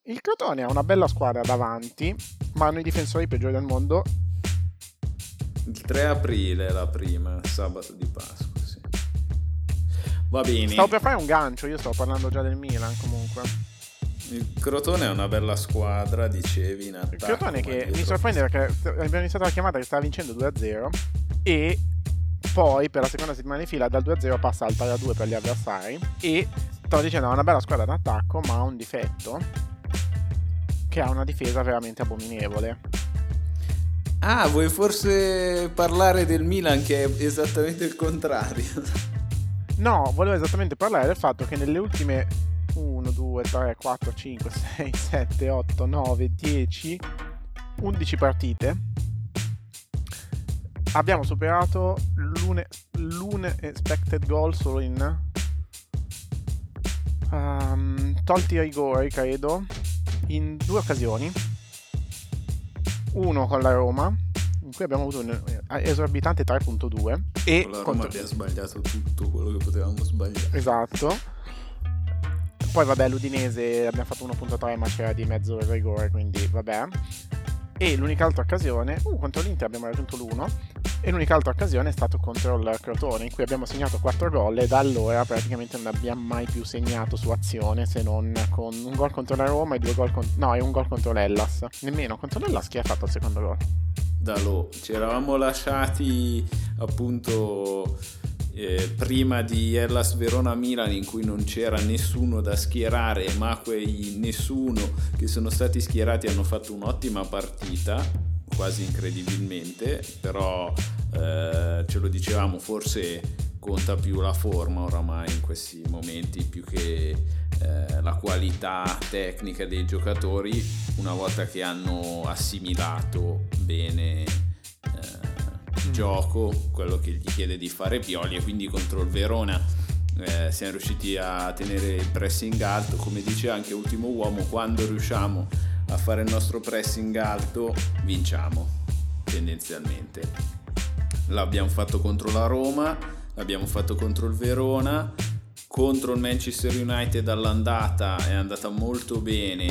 Il Crotone ha una bella squadra davanti, ma hanno i difensori peggiori del mondo. Il 3 aprile è la prima, sabato di Pasqua, sì. Va bene. Stavo per fare un gancio, io stavo parlando già del Milan comunque. Il Crotone è una bella squadra, dicevi, in attacco. Il Crotone che mi sorprende perché abbiamo iniziato la chiamata che stava vincendo 2-0 e poi per la seconda settimana di fila dal 2-0 passa al 3-2 per gli avversari e stavo dicendo ha una bella squadra d'attacco ma ha un difetto che ha una difesa veramente abominevole. Ah, vuoi forse parlare del Milan che è esattamente il contrario? No, volevo esattamente parlare del fatto che nelle ultime 1, 2, 3, 4, 5, 6, 7, 8, 9, 10, 11 partite abbiamo superato l'une expected goal solo in tolti i rigori, credo, in 2 occasioni. Uno con la Roma, in cui abbiamo avuto un esorbitante 3.2 e con la Roma abbiamo sbagliato tutto quello che potevamo sbagliare. Esatto. Poi vabbè, l'Udinese abbiamo fatto 1.3 ma c'era di mezzo il rigore, quindi vabbè. E l'unica altra occasione, contro l'Inter abbiamo raggiunto l'1 e l'unica altra occasione è stato contro il Crotone in cui abbiamo segnato 4 gol e da allora praticamente non abbiamo mai più segnato su azione se non con un gol contro la Roma e 2 gol e un gol contro l'Hellas. Nemmeno contro l'Hellas chi ha fatto il secondo gol? Dallo, ci eravamo lasciati appunto prima di Hellas Verona Milan in cui non c'era nessuno da schierare, ma quei nessuno che sono stati schierati hanno fatto un'ottima partita, quasi incredibilmente, però ce lo dicevamo, forse conta più la forma oramai in questi momenti più che la qualità tecnica dei giocatori una volta che hanno assimilato bene gioco, quello che gli chiede di fare Pioli, e quindi contro il Verona siamo riusciti a tenere il pressing alto. Come dice anche Ultimo Uomo, quando riusciamo a fare il nostro pressing alto vinciamo tendenzialmente. L'abbiamo fatto contro la Roma, l'abbiamo fatto contro il Verona, contro il Manchester United all'andata è andata molto bene,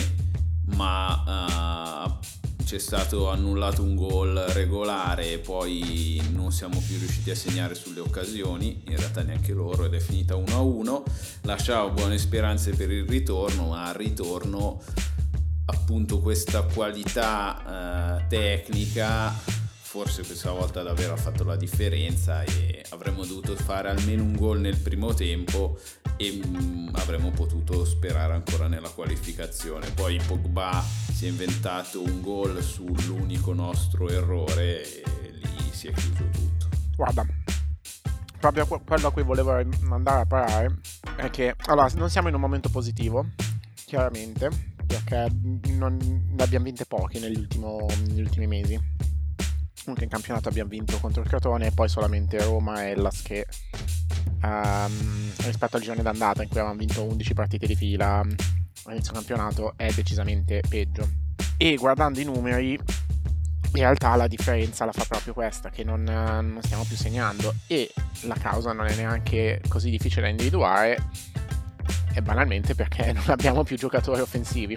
ma c'è stato annullato un gol regolare e poi non siamo più riusciti a segnare sulle occasioni, in realtà neanche loro, ed è finita 1-1. Lasciavo buone speranze per il ritorno, ma al ritorno appunto questa qualità tecnica forse questa volta davvero ha fatto la differenza e avremmo dovuto fare almeno un gol nel primo tempo e avremmo potuto sperare ancora nella qualificazione. Poi Pogba si è inventato un gol sull'unico nostro errore e lì si è chiuso tutto. Guarda, proprio quello a cui volevo andare a parare è che allora non siamo in un momento positivo, chiaramente, perché non ne abbiamo vinte poche negli ultimi mesi. Comunque in campionato abbiamo vinto contro il Crotone e poi solamente Roma e Hellas che rispetto al girone d'andata in cui avevamo vinto 11 partite di fila all'inizio campionato è decisamente peggio. E guardando i numeri in realtà la differenza la fa proprio questa, che non stiamo più segnando, e la causa non è neanche così difficile da individuare, è banalmente perché non abbiamo più giocatori offensivi.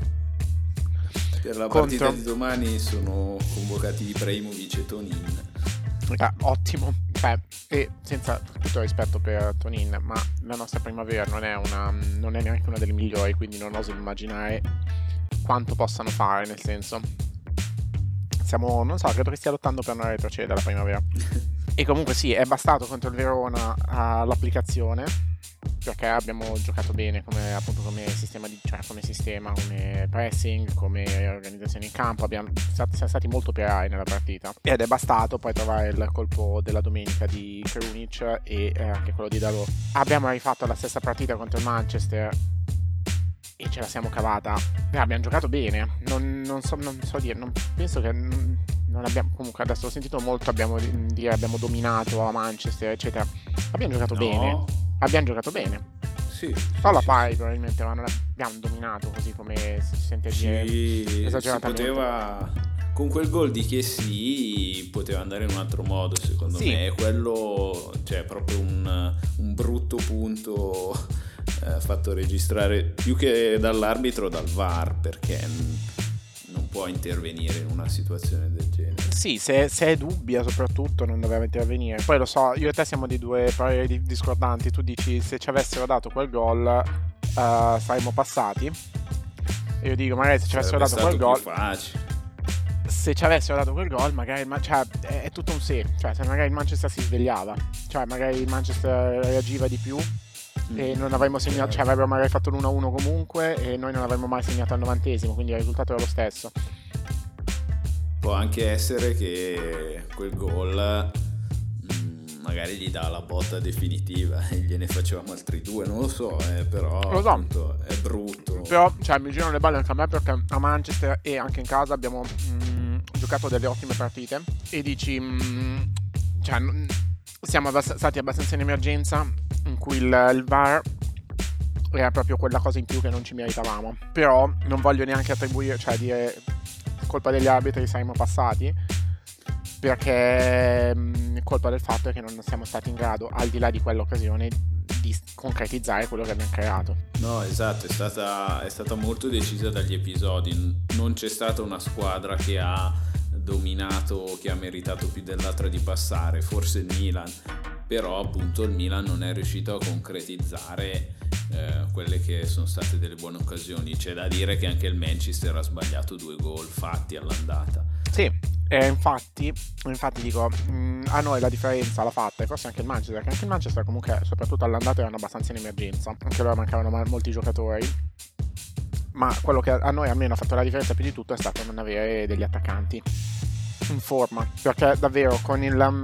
Per la partita di domani sono convocati Ibrahimovic e Tonin. Ottimo, e senza tutto rispetto per Tonin, ma la nostra primavera non è neanche una delle migliori, quindi non oso immaginare quanto possano fare, nel senso non so, credo che stia lottando per non retrocedere la primavera. E comunque sì, è bastato contro il Verona l'applicazione, perché abbiamo giocato bene come sistema, come pressing, come organizzazione in campo, siamo stati molto operai nella partita ed è bastato poi trovare il colpo della domenica di Krunic e anche quello di Dalot. Abbiamo rifatto la stessa partita contro il Manchester e ce la siamo cavata. Abbiamo giocato bene, non so dire, non penso che non abbiamo, comunque adesso ho sentito molto, abbiamo dominato a Manchester eccetera. Abbiamo giocato bene. Sì. Solo pari probabilmente, ma non abbiamo dominato così come si sente dire esageratamente. Si poteva, con quel gol di Chiesi poteva andare in un altro modo, secondo me. Quello, cioè, proprio un brutto punto fatto registrare più che dall'arbitro, dal VAR, perché non può intervenire in una situazione del genere. Sì, se è dubbia soprattutto non doveva intervenire. Poi lo so, io e te siamo di due pareri discordanti. Tu dici se ci avessero dato quel gol saremmo passati. E io dico magari se ci avessero dato quel gol, se ci avessero dato quel gol magari cioè, è tutto un se. Cioè se magari il Manchester si svegliava, cioè magari il Manchester reagiva di più e non avremmo segnato, cioè avrebbero magari fatto l'1-1 comunque e noi non avremmo mai segnato al 90°, quindi il risultato era lo stesso. Può anche essere che quel gol magari gli dà la botta definitiva e gliene facevamo altri due, non lo so, però lo so. Appunto, è brutto. Però cioè, mi girano le balle anche a me, perché a Manchester e anche in casa abbiamo giocato delle ottime partite e dici cioè, siamo stati abbastanza in emergenza in cui il VAR era proprio quella cosa in più che non ci meritavamo. Però non voglio neanche attribuire, cioè dire colpa degli arbitri saremmo passati, perché colpa del fatto è che non siamo stati in grado, al di là di quell'occasione, di concretizzare quello che abbiamo creato. No, esatto, è stata molto decisa dagli episodi. Non c'è stata una squadra che ha dominato, che ha meritato più dell'altra di passare, forse il Milan, però appunto il Milan non è riuscito a concretizzare quelle che sono state delle buone occasioni. C'è da dire che anche il Manchester ha sbagliato 2 gol fatti all'andata. Sì, infatti dico, a noi la differenza l'ha fatta, e forse anche il Manchester, perché anche il Manchester comunque soprattutto all'andata erano abbastanza in emergenza, anche loro mancavano molti giocatori, ma quello che a noi almeno ha fatto la differenza più di tutto è stato non avere degli attaccanti in forma, perché davvero con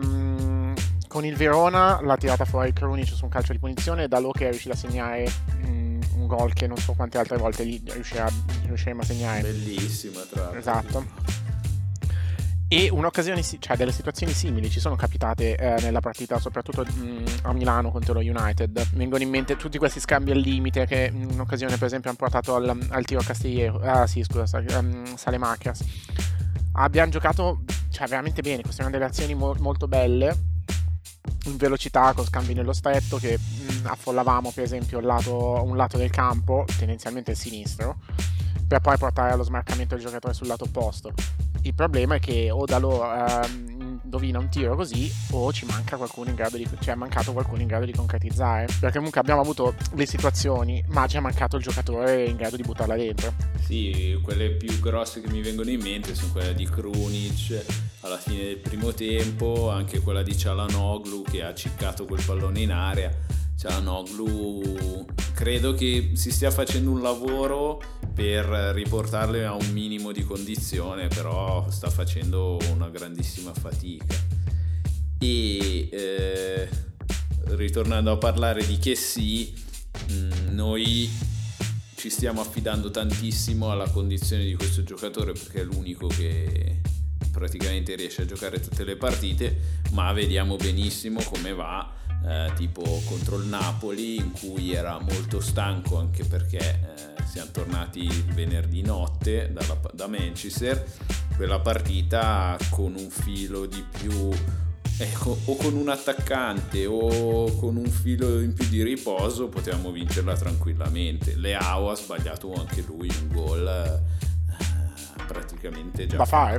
il Verona l'ha tirata fuori Krunic su un calcio di punizione e da lì che è riuscito a segnare un gol che non so quante altre volte lì riusciremo a segnare. Bellissima tra l'altro. Esatto. E un'occasione, cioè delle situazioni simili ci sono capitate nella partita, soprattutto a Milano contro lo United. Mi vengono in mente tutti questi scambi al limite che in un'occasione per esempio hanno portato al tiro Castillejo, Saelemaekers. Abbiamo giocato cioè veramente bene, queste erano delle azioni molto belle, in velocità, con scambi nello stretto, che affollavamo per esempio un lato del campo, tendenzialmente il sinistro, per poi portare allo smarcamento del giocatore sul lato opposto. Il problema è che o da loro indovina un tiro così, o ci manca qualcuno in grado cioè è mancato qualcuno in grado di concretizzare, perché comunque abbiamo avuto le situazioni, ma ci è mancato il giocatore in grado di buttarla dentro. Sì, quelle più grosse che mi vengono in mente sono quella di Krunic alla fine del primo tempo, anche quella di Çalhanoğlu che ha ciccato quel pallone in area. Çalhanoğlu credo che si stia facendo un lavoro per riportarle a un minimo di condizione, però sta facendo una grandissima fatica. E ritornando a parlare di Kessie, noi ci stiamo affidando tantissimo alla condizione di questo giocatore, perché è l'unico che praticamente riesce a giocare tutte le partite, ma vediamo benissimo come va tipo contro il Napoli, in cui era molto stanco, anche perché siamo tornati venerdì notte da Manchester. Quella partita con un filo di più, o con un attaccante o con un filo in più di riposo, potevamo vincerla tranquillamente. Leao ha sbagliato anche lui un gol praticamente già da fare.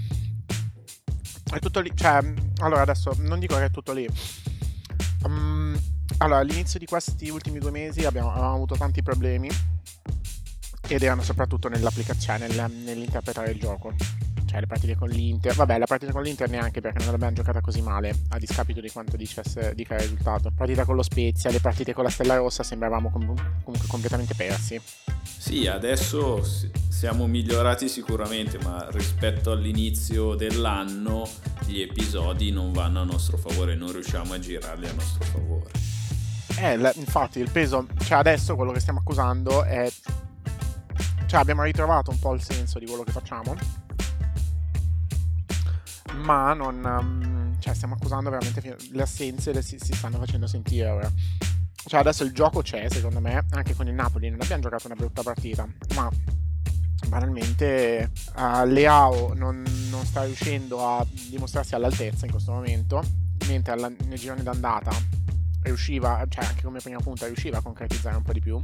È tutto lì, cioè, allora adesso non dico che è tutto lì. Allora, all'inizio di questi ultimi 2 mesi avevamo avuto tanti problemi, ed erano soprattutto nell'applicazione, nell'interpretare il gioco. Cioè le partite con l'Inter, vabbè, la partita con l'Inter neanche, perché non l'abbiamo giocata così male, a discapito di quanto dica il risultato. Partita con lo Spezia, le partite con la Stella Rossa sembravamo comunque completamente persi. Sì, adesso siamo migliorati sicuramente, ma rispetto all'inizio dell'anno gli episodi non vanno a nostro favore, non riusciamo a girarli a nostro favore. Infatti il peso, cioè adesso quello che stiamo accusando è, cioè abbiamo ritrovato un po' il senso di quello che facciamo, ma non, cioè stiamo accusando veramente le assenze, si stanno facendo sentire ora. Cioè adesso il gioco c'è, secondo me, anche con il Napoli non abbiamo giocato una brutta partita, ma banalmente Leao non sta riuscendo a dimostrarsi all'altezza in questo momento, mentre nel girone d'andata riusciva, cioè anche come prima punta riusciva a concretizzare un po' di più.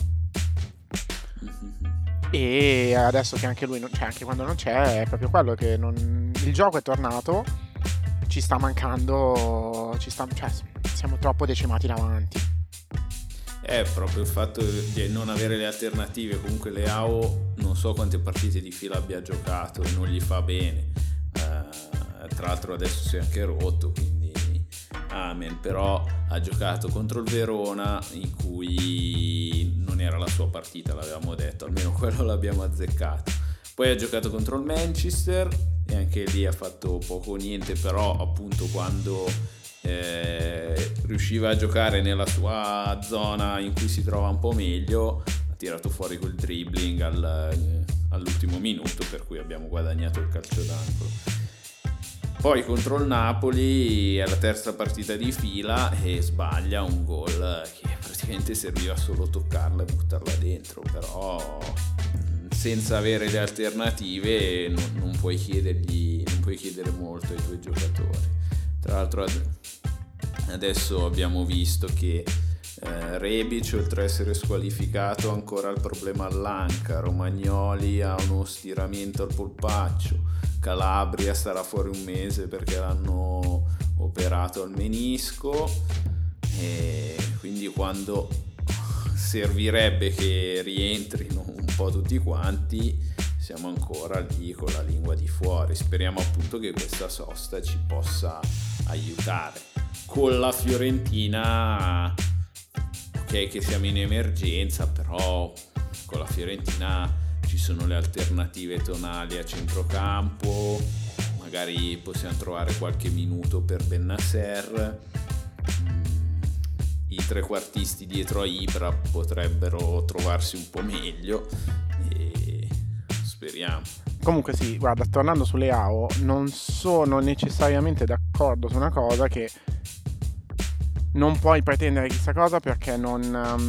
E adesso che anche lui cioè anche quando non c'è, è proprio quello che il gioco è tornato, ci sta mancando, cioè siamo troppo decimati davanti. È proprio il fatto di non avere le alternative. Comunque Leao non so quante partite di fila abbia giocato e non gli fa bene, tra l'altro adesso si è anche rotto, quindi amen. Però ha giocato contro il Verona, in cui non era la sua partita, l'avevamo detto, almeno quello l'abbiamo azzeccato. Poi ha giocato contro il Manchester e anche lì ha fatto poco o niente, però appunto quando riusciva a giocare nella sua zona in cui si trova un po' meglio, ha tirato fuori quel dribbling all'ultimo minuto, per cui abbiamo guadagnato il calcio d'angolo. Poi contro il Napoli è la terza partita di fila e sbaglia un gol che praticamente serviva solo toccarla e buttarla dentro, però senza avere le alternative non puoi chiedere molto ai tuoi giocatori. Tra l'altro adesso abbiamo visto che Rebic, oltre a essere squalificato, ha ancora il problema all'anca, Romagnoli ha uno stiramento al polpaccio, Calabria starà fuori un mese perché l'hanno operato al menisco, e quindi quando servirebbe che rientrino un po' tutti quanti siamo ancora lì con la lingua di fuori. Speriamo appunto che questa sosta ci possa aiutare. Con la Fiorentina, ok che siamo in emergenza, però con la Fiorentina ci sono le alternative tonali a centrocampo, magari possiamo trovare qualche minuto per Bennacer, i trequartisti dietro a Ibra potrebbero trovarsi un po' meglio e speriamo. Comunque sì, guarda, tornando su Leao, non sono necessariamente d'accordo su una cosa, che non puoi pretendere chissà cosa perché non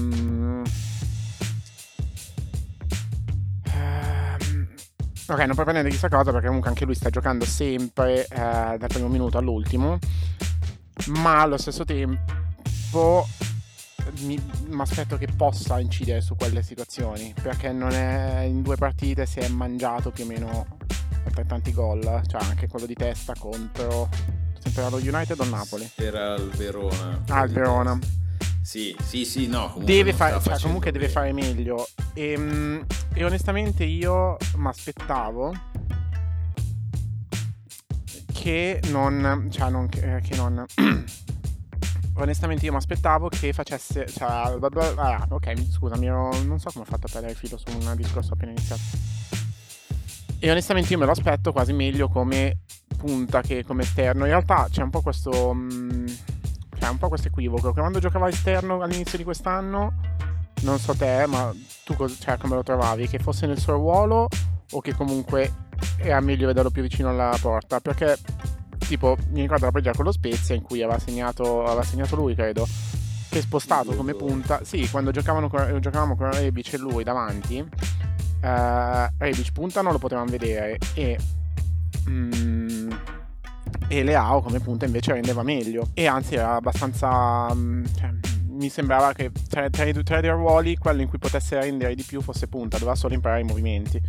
puoi pretendere chissà cosa perché comunque anche lui sta giocando sempre dal primo minuto all'ultimo, ma allo stesso tempo mi aspetto che possa incidere su quelle situazioni, perché non è, in 2 partite si è mangiato più o meno altrettanti gol, cioè anche quello di testa contro sempre lo United o il Napoli? Era il Verona. Il Verona. Sì, no, comunque deve fare, cioè comunque deve fare meglio e onestamente io mi aspettavo che non onestamente io mi aspettavo che facesse, cioè, ok, scusami, non so come ho fatto a perdere il filo su un discorso appena iniziato. E onestamente io me lo aspetto quasi meglio come punta che come esterno. In realtà c'è un po' questo equivoco, che quando giocava esterno all'inizio di quest'anno, non so te, ma tu come lo trovavi? Che fosse nel suo ruolo o che comunque era meglio vederlo più vicino alla porta? Perché tipo mi ricordo la partita con lo Spezia in cui aveva segnato lui, credo, che è spostato come punta. Sì, quando giocavamo con Rebic e lui davanti, Rebic punta non lo potevamo vedere e Leao come punta invece rendeva meglio, e anzi era abbastanza mi sembrava che tra i due ruoli quello in cui potesse rendere di più fosse punta, doveva solo imparare i movimenti.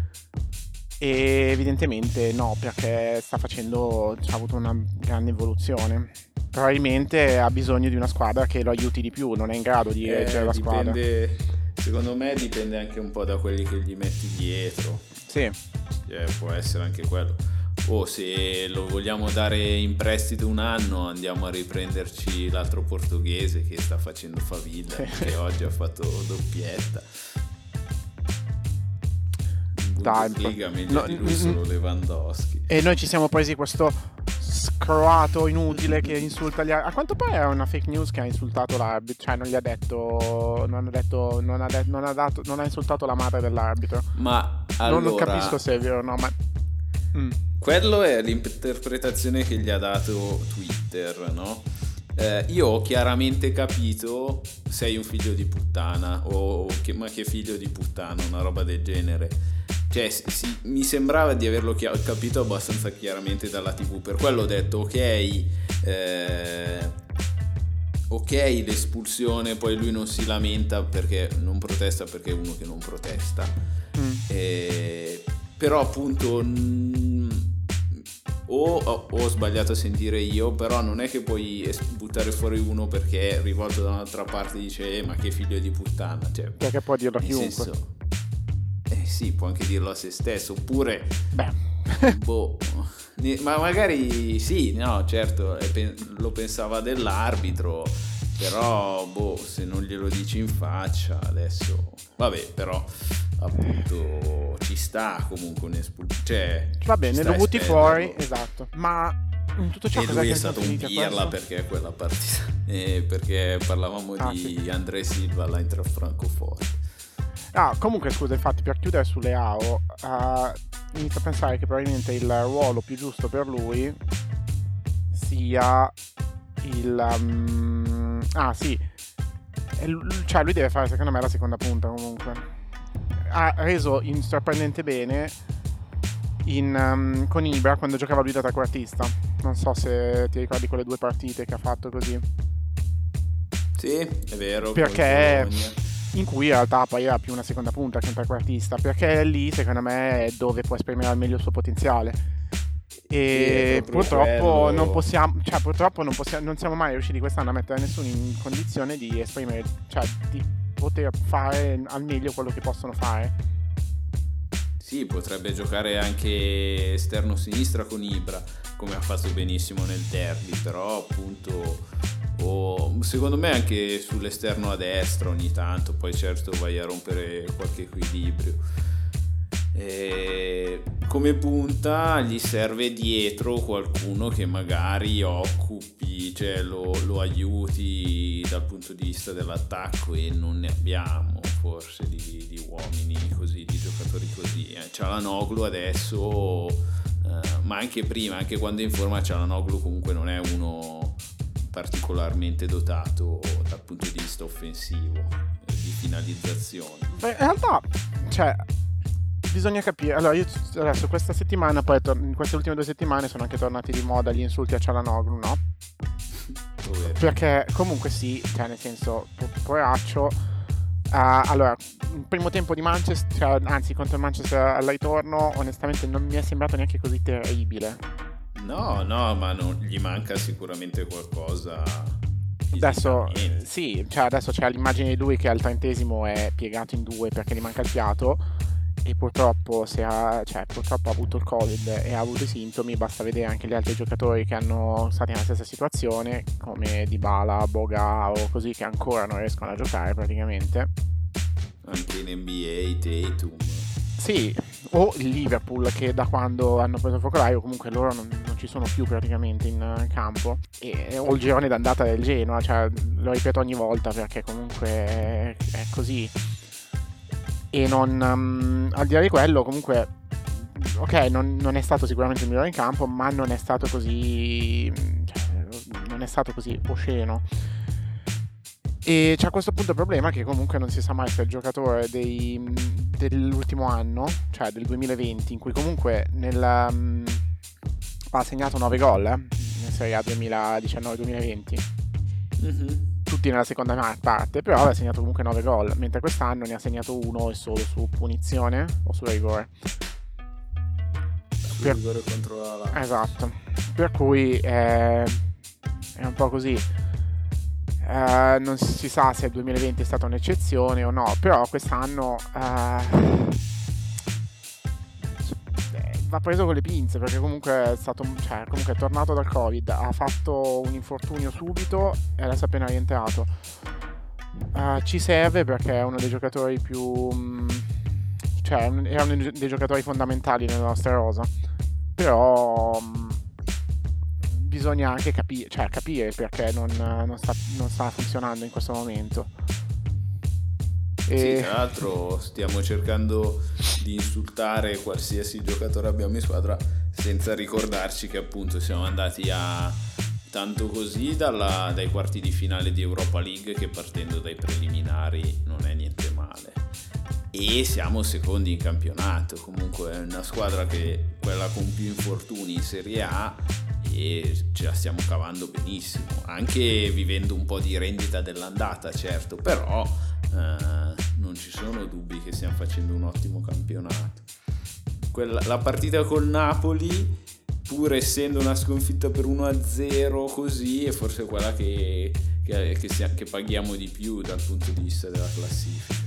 E evidentemente no, perché ha avuto una grande evoluzione. Probabilmente ha bisogno di una squadra che lo aiuti di più, non è in grado di reggere la squadra. Secondo me dipende anche un po' da quelli che gli metti dietro. Sì. Può essere anche quello. O se lo vogliamo dare in prestito un anno, andiamo a riprenderci l'altro portoghese che sta facendo favilla, che oggi ha fatto doppietta. Bundesliga meglio di lui solo Lewandowski. E noi ci siamo presi questo scroato inutile che insulta gli arbitri. A quanto pare è una fake news che ha insultato l'arbitro, cioè non gli ha detto, non ha insultato la madre dell'arbitro. Ma allora, non capisco se è vero o no, ma quello è l'interpretazione che gli ha dato Twitter, no? Io ho chiaramente capito sei un figlio di puttana ma che figlio di puttana, una roba del genere. Cioè mi sembrava di averlo capito abbastanza chiaramente dalla TV, per quello ho detto ok l'espulsione, poi lui non si lamenta perché non protesta, perché è uno che non protesta. Però appunto o ho sbagliato a sentire io, però non è che puoi buttare fuori uno perché è rivolto da un'altra parte e dice ma che figlio di puttana, cioè, perché può dirlo a chiunque. senso, sì, può anche dirlo a se stesso, oppure boh, ma magari sì, no, certo, lo pensava dell'arbitro, però boh, se non glielo dici in faccia adesso, vabbè, però appunto ci sta comunque cioè va bene, lo butti fuori, esatto, ma in tutto ciò e lui è stato un pirla perché quella partita perché parlavamo di André Silva all'Eintracht Francoforte. Comunque scusa, infatti, per chiudere sulle AO, inizio a pensare che probabilmente il ruolo più giusto per lui sia il cioè lui deve fare secondo me la seconda punta. Comunque ha reso sorprendente bene con Ibra quando giocava lui da trequartista. Non so se ti ricordi quelle 2 partite che ha fatto così. Sì, è vero, perché in cui in realtà poi era più una seconda punta che un trequartista, perché lì secondo me è dove può esprimere al meglio il suo potenziale. E purtroppo non siamo mai riusciti quest'anno a mettere nessuno in condizione di esprimere, cioè di poter fare al meglio quello che possono fare. Sì, potrebbe giocare anche esterno sinistra con Ibra, come ha fatto benissimo nel derby, però appunto secondo me anche sull'esterno a destra ogni tanto, poi certo vai a rompere qualche equilibrio. Come punta gli serve dietro qualcuno che magari occupi, cioè lo aiuti dal punto di vista dell'attacco, e non ne abbiamo forse di uomini così, di giocatori così. Çalhanoğlu adesso, ma anche prima, anche quando è in forma, Çalhanoğlu comunque non è uno particolarmente dotato dal punto di vista offensivo, di finalizzazione. Beh, in realtà, cioè, bisogna capire. Allora, io adesso questa settimana, poi in queste ultime 2 settimane sono anche tornati di moda gli insulti a Çalhanoğlu, no? Perché comunque sì, cioè nel senso, poraccio. Allora, il primo tempo di Manchester, anzi contro il Manchester al ritorno, onestamente non mi è sembrato neanche così terribile. No, ma non gli manca sicuramente qualcosa. Adesso sì, cioè adesso c'è l'immagine di lui che al 30° è piegato in 2 perché gli manca il fiato, e purtroppo ha avuto il Covid e ha avuto i sintomi. Basta vedere anche gli altri giocatori che hanno stati nella stessa situazione, come Dybala, Boga o così, che ancora non riescono a giocare praticamente. Anche in NBA Tatum. Sì, o il Liverpool, che da quando hanno preso il focolaio comunque loro non ci sono più praticamente in campo, o il girone d'andata del Genoa, cioè lo ripeto ogni volta perché comunque è così. E non al di là di quello, comunque ok, non è stato sicuramente il migliore in campo, ma non è stato così, cioè, non è stato così osceno. E c'è a questo punto il problema che comunque non si sa mai se è il giocatore dell'ultimo anno, cioè del 2020, in cui comunque ha segnato 9 gol in Serie A 2019-2020, tutti nella seconda parte, però aveva segnato comunque 9 gol, mentre quest'anno ne ha segnato 1 e solo su punizione o su rigore. Rigore contro la Lazio. Esatto, per cui è un po' così. Non si sa se il 2020 è stata un'eccezione o no, però quest'anno va preso con le pinze, perché comunque comunque è tornato dal Covid, ha fatto un infortunio subito e adesso è appena rientrato. Ci serve perché è uno dei giocatori più è uno dei giocatori fondamentali nella nostra rosa, però bisogna anche capire perché non sta funzionando in questo momento. Sì, tra l'altro stiamo cercando di insultare qualsiasi giocatore abbiamo in squadra senza ricordarci che appunto siamo andati a tanto così dai quarti di finale di Europa League, che partendo dai preliminari non è niente male, e siamo secondi in campionato. Comunque è una squadra che quella con più infortuni in Serie A, e ce la stiamo cavando benissimo, anche vivendo un po' di rendita dell'andata, certo, però non ci sono dubbi che stiamo facendo un ottimo campionato. La partita col Napoli, pur essendo una sconfitta per 1-0 così, è forse quella che paghiamo di più dal punto di vista della classifica.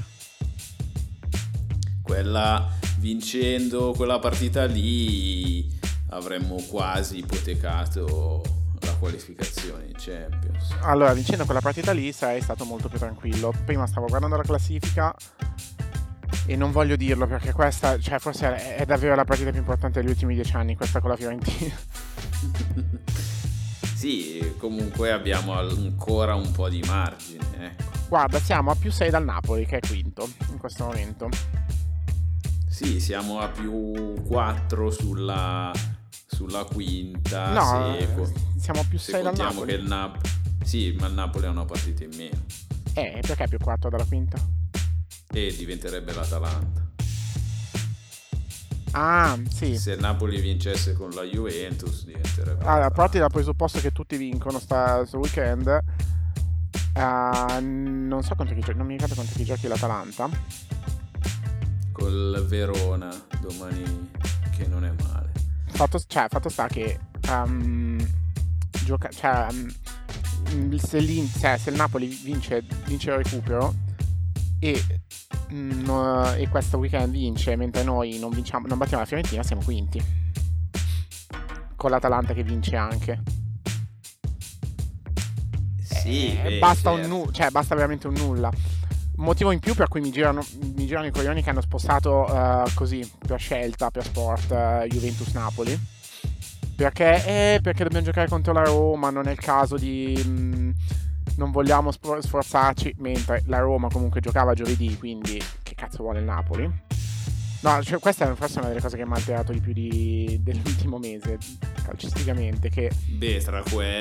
Vincendo quella partita lì avremmo quasi ipotecato la qualificazione in Champions. Allora, vincendo quella partita lì sarei stato molto più tranquillo. Prima stavo guardando la classifica e non voglio dirlo perché questa, cioè, forse è davvero la partita più importante degli ultimi 10 anni, questa con la Fiorentina. Sì, comunque abbiamo ancora un po' di margine, ecco. Guarda, siamo a più 6 dal Napoli, che è quinto in questo momento. Sì, siamo a più 4 sulla quinta. No, siamo a più 6 dal Napoli. Che sì, ma il Napoli ha una partita in meno. Perché è più 4 dalla quinta? E diventerebbe l'Atalanta. Ah, sì. Se il Napoli vincesse con la Juventus diventerebbe allora, parti dal presupposto che tutti vincono sto weekend. Non so contro chi giochi, non mi ricordo contro chi giochi l'Atalanta. Col Verona domani, che non è male. Fatto sta che se il Napoli vince il recupero e questo weekend vince, mentre noi non battiamo la Fiorentina, siamo quinti, con l'Atalanta che vince anche. Sì, basta certo. basta veramente un nulla. Motivo in più per cui mi girano i coglioni che hanno spostato così per scelta, per sport, Juventus-Napoli, perché dobbiamo giocare contro la Roma, non è il caso di non vogliamo sforzarci, mentre la Roma comunque giocava giovedì, quindi che cazzo vuole il Napoli? No, cioè, questa è forse una delle cose che mi ha alterato di più dell'ultimo mese calcisticamente, che tra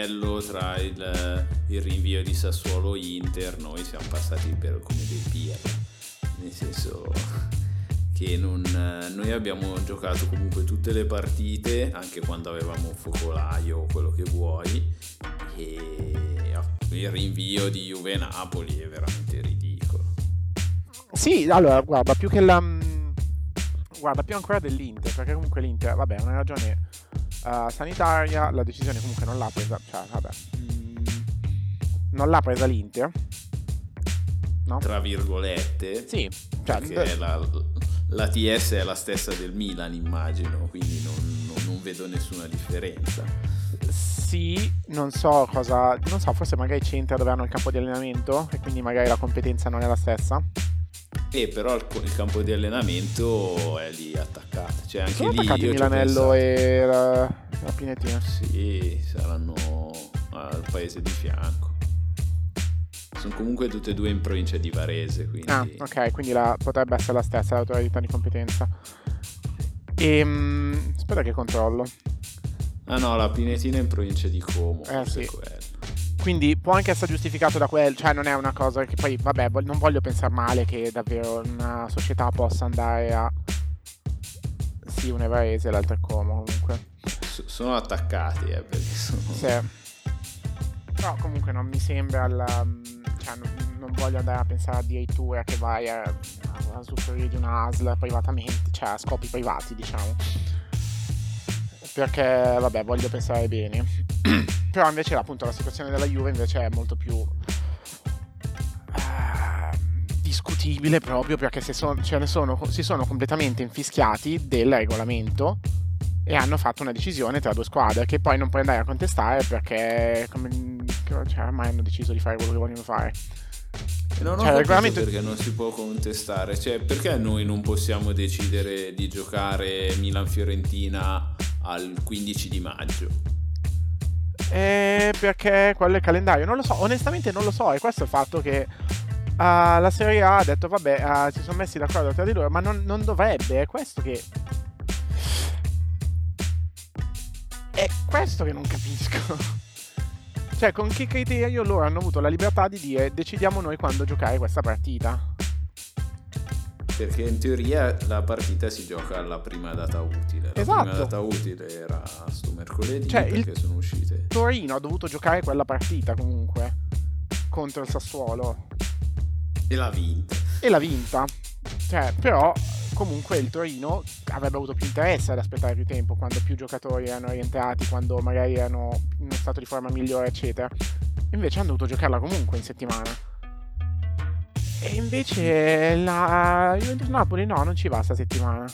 il rinvio di Sassuolo-Inter noi siamo passati per come dei pirla, nel senso che noi abbiamo giocato comunque tutte le partite, anche quando avevamo un focolaio o quello che vuoi, e il rinvio di Juve-Napoli è veramente ridicolo. Sì, allora guarda, più ancora dell'Inter, perché comunque l'Inter, vabbè, è una ragione sanitaria, la decisione comunque non l'ha presa, non l'ha presa l'Inter, no? Tra virgolette. Sì, perché la TS è la stessa del Milan, immagino, quindi non vedo nessuna differenza. Sì, non so, forse magari c'entra dove hanno il campo di allenamento e quindi magari la competenza non è la stessa. Però il campo di allenamento è lì attaccato, cioè anche sono lì attaccati Milanello e la Pinetina. Sì, saranno al paese di fianco. Sono comunque tutte e due in provincia di Varese, quindi... Ah, ok, quindi potrebbe essere la stessa l'autorità di competenza. Aspetta che controllo. Ah no, la Pinetina è in provincia di Como. Sì. Quindi può anche essere giustificato da cioè non è una cosa che poi, vabbè, non voglio pensare male che davvero una società possa andare a... Sì, una è Varese e l'altra è Como, comunque. Sono attaccati, perché sono... Sì. Però comunque non mi sembra cioè non voglio andare a pensare addirittura che vai a usufruire di una ASL privatamente, cioè a scopi privati, diciamo. Perché, vabbè, voglio pensare bene. Però invece appunto la situazione della Juve invece è molto più discutibile, proprio perché si sono completamente infischiati del regolamento e hanno fatto una decisione tra due squadre che poi non puoi andare a contestare perché ormai hanno deciso di fare quello che vogliono fare. Non ho capito regolamento... perché non si può contestare, cioè perché noi non possiamo decidere di giocare Milan-Fiorentina al 15 di maggio? Perché quello è il calendario, non lo so, onestamente non lo so, e questo è il fatto che la Serie A ha detto vabbè, si sono messi d'accordo tra di loro, ma non dovrebbe, è questo che non capisco. Cioè, con che criterio loro hanno avuto la libertà di dire decidiamo noi quando giocare questa partita? perché in teoria la partita si gioca alla prima data utile. La Esatto. prima data utile era sto mercoledì, Cioè, perché sono uscite. Torino ha dovuto giocare quella partita comunque contro il Sassuolo E l'ha vinta. e l'ha vinta. Cioè, però comunque il Torino avrebbe avuto più interesse ad aspettare più tempo, quando più giocatori erano rientrati, quando magari erano in uno stato di forma migliore, eccetera. Invece hanno dovuto giocarla comunque in settimana. E invece la Juventus Napoli no, non ci va sta settimana.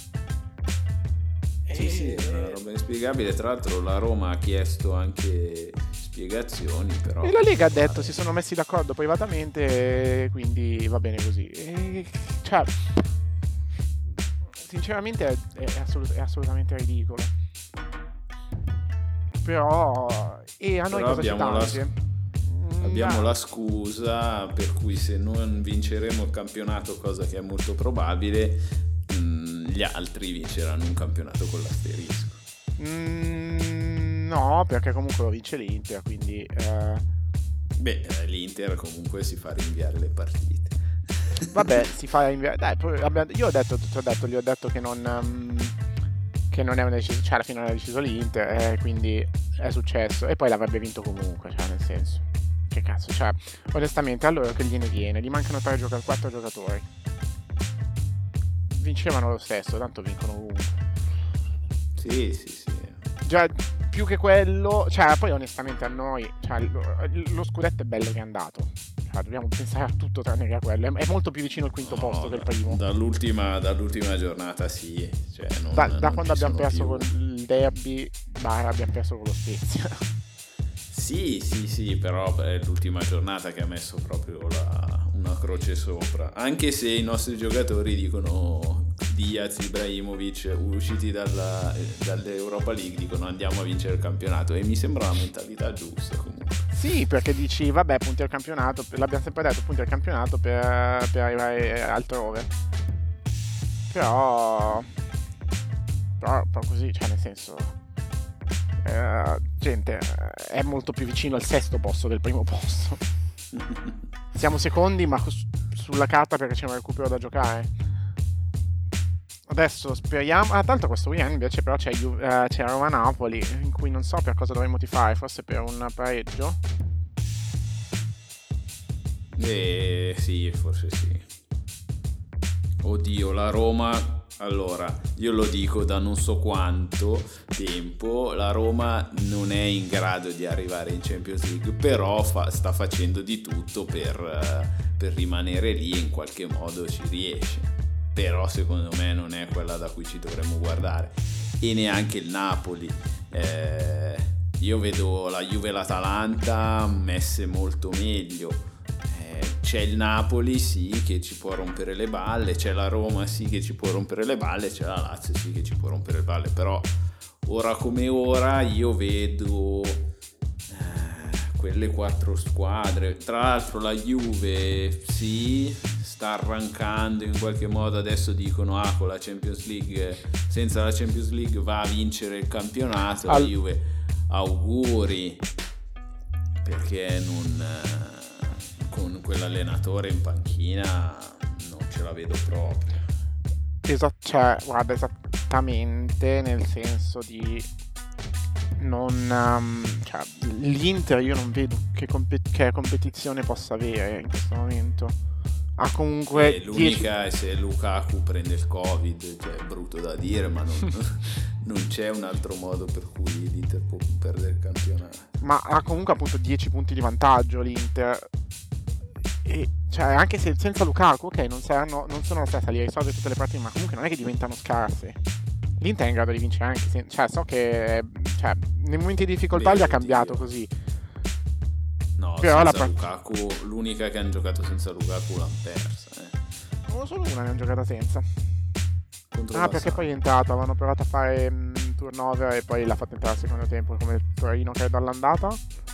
Sì, è una roba inspiegabile. Tra l'altro la Roma ha chiesto anche spiegazioni, però. E la Lega ha detto si sono messi d'accordo privatamente, quindi va bene così. Cioè, sinceramente è assolutamente ridicolo. Però a noi Però cosa ci abbiamo tange? Abbiamo la scusa per cui se non vinceremo il campionato, cosa che è molto probabile, gli altri vinceranno un campionato con l'asterisco. No, perché comunque lo vince l'Inter, quindi L'Inter comunque si fa rinviare le partite. vabbè, si fa rinviare. Dai, io gli ho detto che non è una decisione, cioè alla fine non ha deciso l'Inter, quindi è successo, e poi l'avrebbe vinto comunque, cioè nel senso, che cazzo, cioè onestamente allora che gliene viene, gli mancano 4 giocatori, vincevano lo stesso, tanto vincono ovunque. Sì. Già più che quello, cioè poi onestamente a noi, cioè, lo scudetto è bello che è andato, cioè, dobbiamo pensare a tutto tranne che a quello, è molto più vicino al quinto posto che il primo. Dall'ultima giornata sì, cioè da non quando ci abbiamo sono perso più. con il derby, abbiamo perso con lo Spezia. Sì, però è l'ultima giornata che ha messo proprio una croce sopra. Anche se i nostri giocatori dicono, Diaz, Ibrahimovic, usciti dall'Europa League, dicono andiamo a vincere il campionato, e mi sembra una mentalità giusta comunque. Sì, perché dici, vabbè, punti al campionato, l'abbiamo sempre detto, punti al campionato per arrivare altrove. Però così, cioè nel senso, gente, è molto più vicino al sesto posto del primo posto. Siamo secondi, ma sulla carta, perché c'è un recupero da giocare. Adesso speriamo. Tanto questo weekend invece però c'è Roma-Napoli, in cui non so per cosa dovremmo tifare, forse per un pareggio. Sì, forse sì. Oddio, la Roma. Allora, io lo dico da non so quanto tempo, la Roma non è in grado di arrivare in Champions League, però sta facendo di tutto per rimanere lì, e in qualche modo ci riesce. Però secondo me non è quella da cui ci dovremmo guardare, e neanche il Napoli. Io vedo la Juve e l'Atalanta messe molto meglio. C'è il Napoli sì che ci può rompere le balle, c'è la Roma sì che ci può rompere le balle, c'è la Lazio sì che ci può rompere le balle, però ora come ora io vedo quelle 4 squadre. Tra l'altro la Juve sì, sta arrancando in qualche modo, adesso dicono con la Champions League, senza la Champions League va a vincere il campionato. La Juve, auguri, perché con quell'allenatore in panchina non ce la vedo proprio. Cioè, guarda, esattamente, nel senso di cioè, l'Inter io non vedo che competizione possa avere in questo momento. Ha comunque l'unica è se Lukaku prende il Covid, cioè è brutto da dire, ma non c'è un altro modo per cui l'Inter può perdere il campionato. Ma ha comunque appunto 10 punti di vantaggio l'Inter. E cioè, anche se senza Lukaku, ok, non sono state a risolvere tutte le partite, ma comunque non è che diventano scarse. L'Inter è in grado di vincere anche cioè, so che nei momenti di difficoltà gli ha cambiato così. No, però senza Lukaku, l'unica che hanno giocato senza Lukaku l'hanno persa. Non solo una ne hanno giocata senza. Contro perché poi è entrato, avevano provato a fare turnover e poi l'ha fatto entrare al secondo tempo, come il Torino che è dall'andata.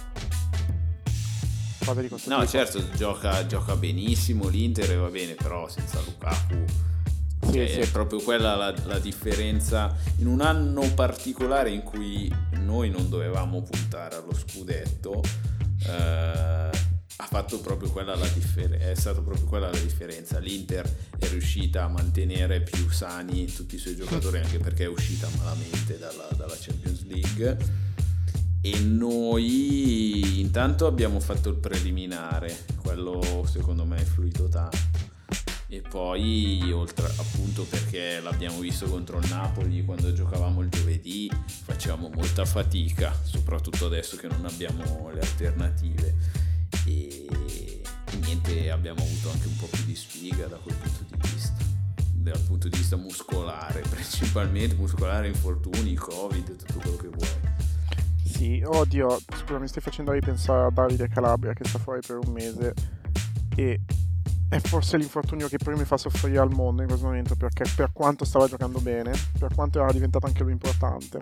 Cosa di questo tipo? Certo, gioca benissimo l'Inter, e va bene, però senza Lukaku sì. È proprio quella la differenza in un anno particolare in cui noi non dovevamo puntare allo scudetto. ha fatto proprio quella è stata proprio quella la differenza. L'Inter è riuscita a mantenere più sani tutti i suoi giocatori, anche perché è uscita malamente dalla Champions League, e noi intanto abbiamo fatto il preliminare, quello secondo me è fluito tanto, e poi oltre, appunto perché l'abbiamo visto contro il Napoli quando giocavamo il giovedì, facevamo molta fatica, soprattutto adesso che non abbiamo le alternative, e niente, abbiamo avuto anche un po' più di sfiga da quel punto di vista, dal punto di vista muscolare, principalmente muscolare, infortuni, Covid, tutto quello che vuoi. Sì, oddio, scusa, mi stai facendo ripensare a Davide Calabria che sta fuori per un mese, e è forse l'infortunio che più mi fa soffrire al mondo in questo momento, perché per quanto stava giocando bene, per quanto era diventato anche lui importante,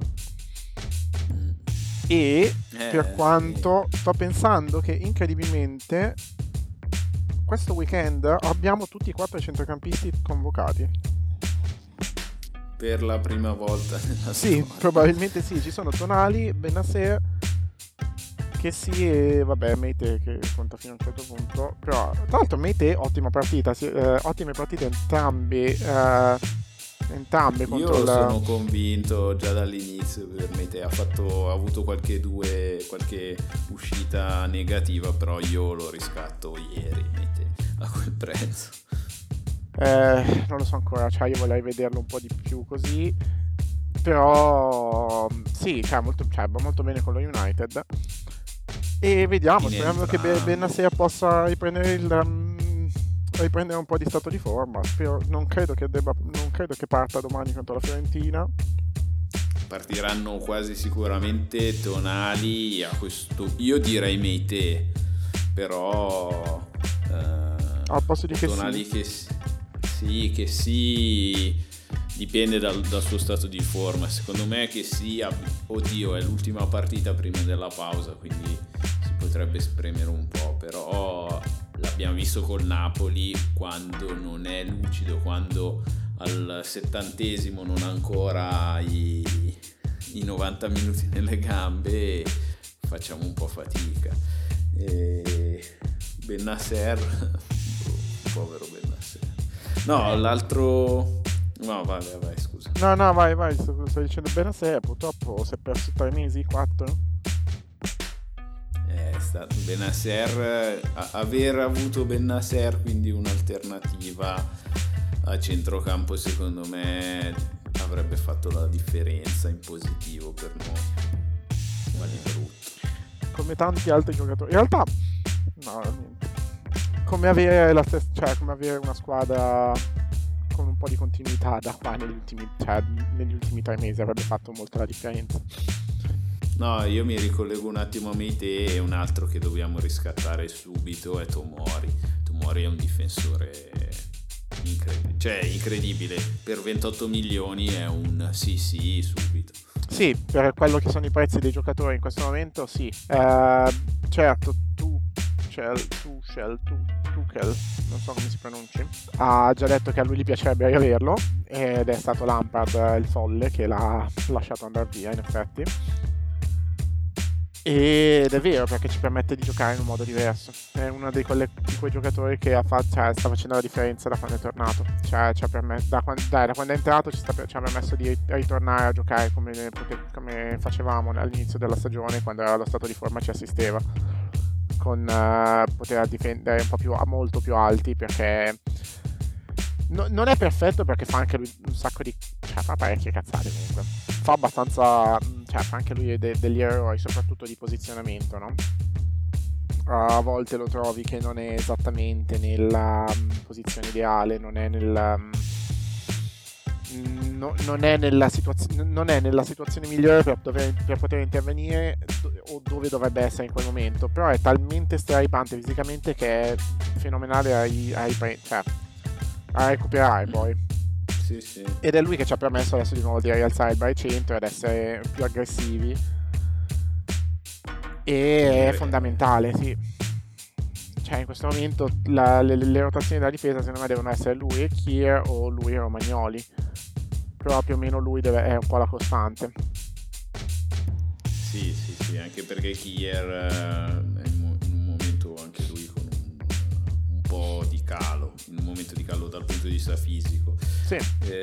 e per quanto sto pensando che incredibilmente questo weekend abbiamo tutti e 4 i centrocampisti convocati. Per la prima volta nella Sì, storia. probabilmente sì, ci sono Tonali, Bennacer, che sì, e vabbè, Meite che conta fino a un certo punto, però tra l'altro Meite ottima partita, ottime partite entrambe contro Io sono convinto già dall'inizio per me ha avuto qualche uscita negativa, però io lo riscatto ieri a quel prezzo. Non lo so ancora, cioè io vorrei vederlo un po' di più così, però sì, va molto bene con lo United, e vediamo, speriamo che Bennacer possa riprendere un po' di stato di forma. Non credo che parta domani contro la Fiorentina. Partiranno quasi sicuramente Tonali, a questo io direi Meite, però al posto di Tonali che sì, dipende dal suo stato di forma. Secondo me che sia, oddio, è l'ultima partita prima della pausa, quindi si potrebbe spremere un po', però l'abbiamo visto col Napoli, quando non è lucido, quando al 70° non ha ancora i 90 minuti nelle gambe, facciamo un po' fatica. Bennacer, povero Bennacer. No, l'altro... No, vai, scusa. No, vai, sto dicendo Bennacer, purtroppo si è perso 3 mesi, 4. Bennacer, aver avuto Bennacer, quindi un'alternativa a centrocampo, secondo me avrebbe fatto la differenza in positivo per noi, ma di brutto. Come tanti altri giocatori. In realtà, no, niente. Come avere come avere una squadra con un po' di continuità da qua negli ultimi 3 mesi avrebbe fatto molto la differenza. No, io mi ricollego un attimo a Meite, e un altro che dobbiamo riscattare subito è Tomori. Tomori è un difensore incredibile, per 28 milioni è un sì subito. Sì, per quello che sono i prezzi dei giocatori in questo momento, sì. Certo, Tuchel, non so come si pronunci, ha già detto che a lui gli piacerebbe riaverlo, ed è stato Lampard il folle che l'ha lasciato andare via, in effetti. Ed è vero, perché ci permette di giocare in un modo diverso. È uno di quei giocatori che sta facendo la differenza da quando è tornato. Da quando è entrato ci ha permesso di ritornare a giocare come facevamo all'inizio della stagione, quando era lo stato di forma ci assisteva, con poter difendere molto più alti, perché non è perfetto, perché fa anche lui un sacco di... fa parecchie cazzate comunque. Fa abbastanza... fa anche lui degli errori, soprattutto di posizionamento, no? A volte lo trovi che non è esattamente nella posizione ideale, non è nella situazione migliore per poter intervenire o dove dovrebbe essere in quel momento, però è talmente straripante fisicamente che è fenomenale a recuperare poi. Sì. Ed è lui che ci ha permesso adesso di nuovo di rialzare il baricentro ed essere più aggressivi, e è fondamentale, sì. In questo momento le rotazioni della difesa secondo me devono essere lui e Kier, o lui e Romagnoli, però più o meno lui è un po' la costante. Sì, anche perché Kier è in un momento anche lui po' di calo, in un momento di calo dal punto di vista fisico. Sì.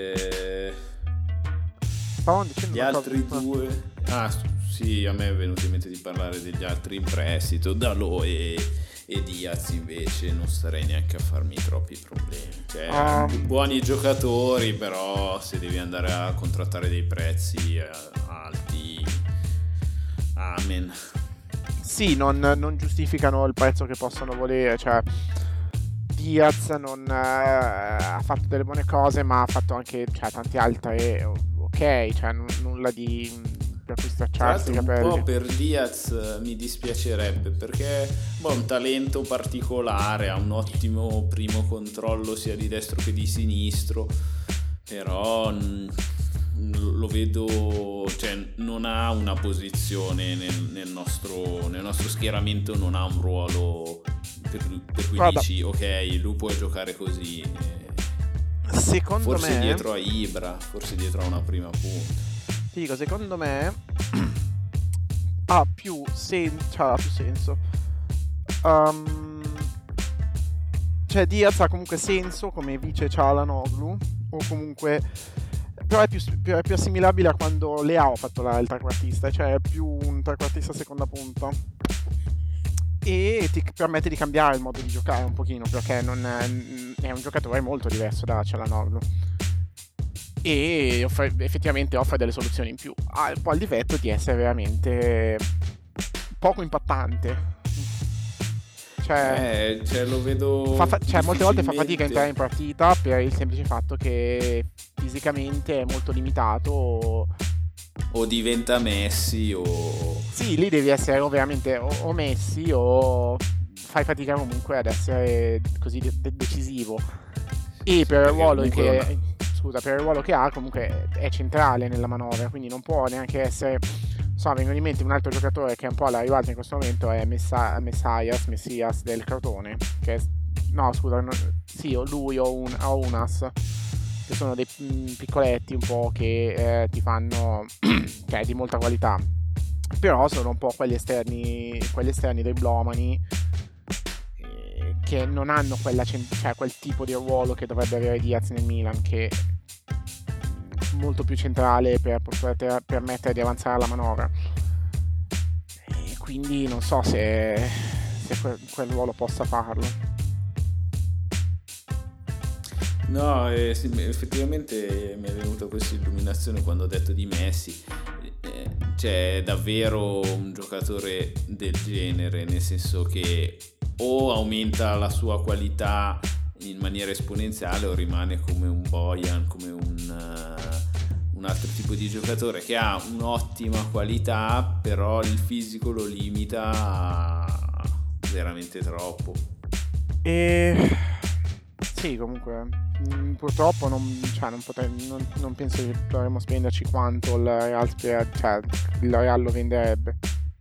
Stavamo dicendo Gli altri due... sì, a me è venuto in mente di parlare degli altri in prestito, Dalot e Diaz invece non starei neanche a farmi troppi problemi. Cioè, buoni giocatori, però se devi andare a contrattare dei prezzi alti, amen. Sì, non giustificano il prezzo che possono volere, cioè Diaz ha fatto delle buone cose, ma ha fatto anche tante altre ok, cioè nulla di per cui stracciarsi i capelli. Un po' per Diaz mi dispiacerebbe, perché è un talento particolare, ha un ottimo primo controllo sia di destro che di sinistro, però lo vedo, cioè non ha una posizione nel nostro schieramento, non ha un ruolo per cui dici ok, lui può giocare così. Secondo forse me, dietro a Ibra, forse dietro a una prima punta. Ti dico, secondo me ha più senso. Cioè Diaz ha comunque senso come vice Çalhanoğlu, o comunque, però è più assimilabile a quando Leao ha fatto il trequartista, cioè è più un trequartista seconda punta, e ti permette di cambiare il modo di giocare un pochino, perché è un giocatore molto diverso da Çalhanoğlu e effettivamente offre delle soluzioni in più. Ha un po' il difetto di essere veramente poco impattante, cioè lo vedo molte volte fa fatica a entrare in partita per il semplice fatto che fisicamente è molto limitato, o diventa Messi sì, lì devi essere veramente o Messi, o fai fatica comunque ad essere così decisivo, e per il ruolo per il ruolo che ha comunque è centrale nella manovra, quindi non può neanche essere, vengono in mente un altro giocatore che è un po' all'arrivato in questo momento, è Messias del Crotone, che lui o Unas, che sono dei piccoletti un po' che ti fanno che è di molta qualità, però sono un po' quegli esterni dei blomani che non hanno quel tipo di ruolo che dovrebbe avere Diaz nel Milan, che è molto più centrale per permettere di avanzare la manovra, e quindi non so se quel ruolo possa farlo. No, sì, effettivamente mi è venuta questa illuminazione quando ho detto di Messi. C'è davvero un giocatore del genere, nel senso che o aumenta la sua qualità in maniera esponenziale, o rimane come un Bojan, come un altro tipo di giocatore che ha un'ottima qualità, però il fisico lo limita veramente troppo. Sì, comunque purtroppo non penso che dovremmo spenderci quanto il Real lo venderebbe.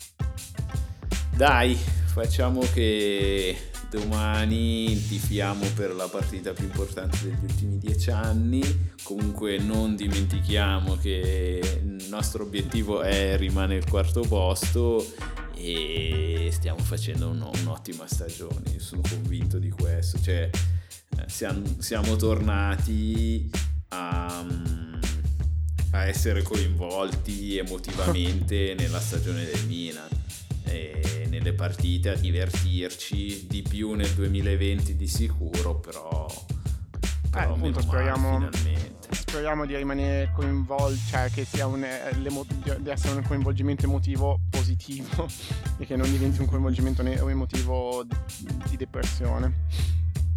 Dai, facciamo che domani tifiamo per la partita più importante degli ultimi 10 anni. Comunque non dimentichiamo che il nostro obiettivo rimane il quarto posto, e stiamo facendo un'ottima stagione. Io sono convinto di questo, cioè siamo tornati a essere coinvolti emotivamente nella stagione del Milan e nelle partite, a divertirci di più nel 2020 di sicuro, però appunto speriamo di rimanere coinvolti, cioè che sia di essere un coinvolgimento emotivo positivo e che non diventi un coinvolgimento emotivo di depressione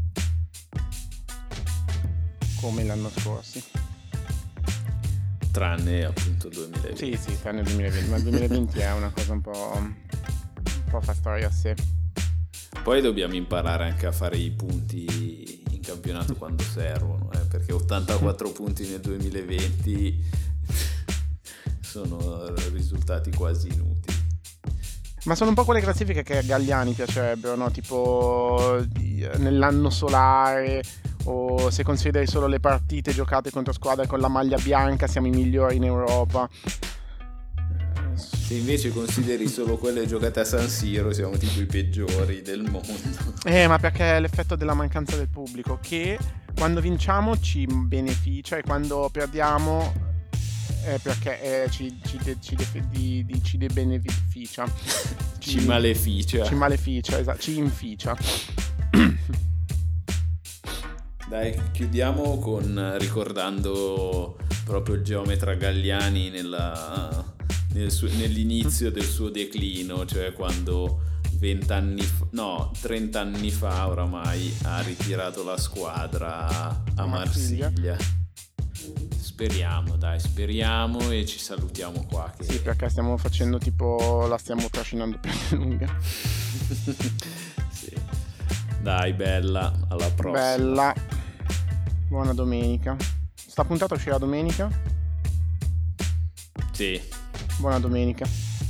come l'anno scorso, tranne appunto il 2020. Sì, tranne il 2020, ma il 2020 è una cosa un po' fa storia a sé. Poi dobbiamo imparare anche a fare i punti in campionato quando servono, perché 84 punti nel 2020 sono risultati quasi inutili. Ma sono un po' quelle classifiche che a Galliani piacerebbero, no? Tipo nell'anno solare, o se consideri solo le partite giocate contro squadre con la maglia bianca siamo i migliori in Europa. Se invece consideri solo quelle giocate a San Siro, siamo tipo i peggiori del mondo. Ma perché è l'effetto della mancanza del pubblico, che quando vinciamo ci beneficia e quando perdiamo perché ci debeneficia. Ci maleficia. Ci maleficia, esatto, ci inficia. Dai, chiudiamo ricordando proprio il geometra Galliani nell'inizio del suo declino, cioè quando 30 anni fa oramai ha ritirato la squadra a Marsiglia. Speriamo e ci salutiamo qua. Sì, perché stiamo facendo tipo, la stiamo trascinando per lunga. Sì. Dai, bella, alla prossima. Bella. Buona domenica. Sta puntata uscirà domenica? Sì. Buona domenica.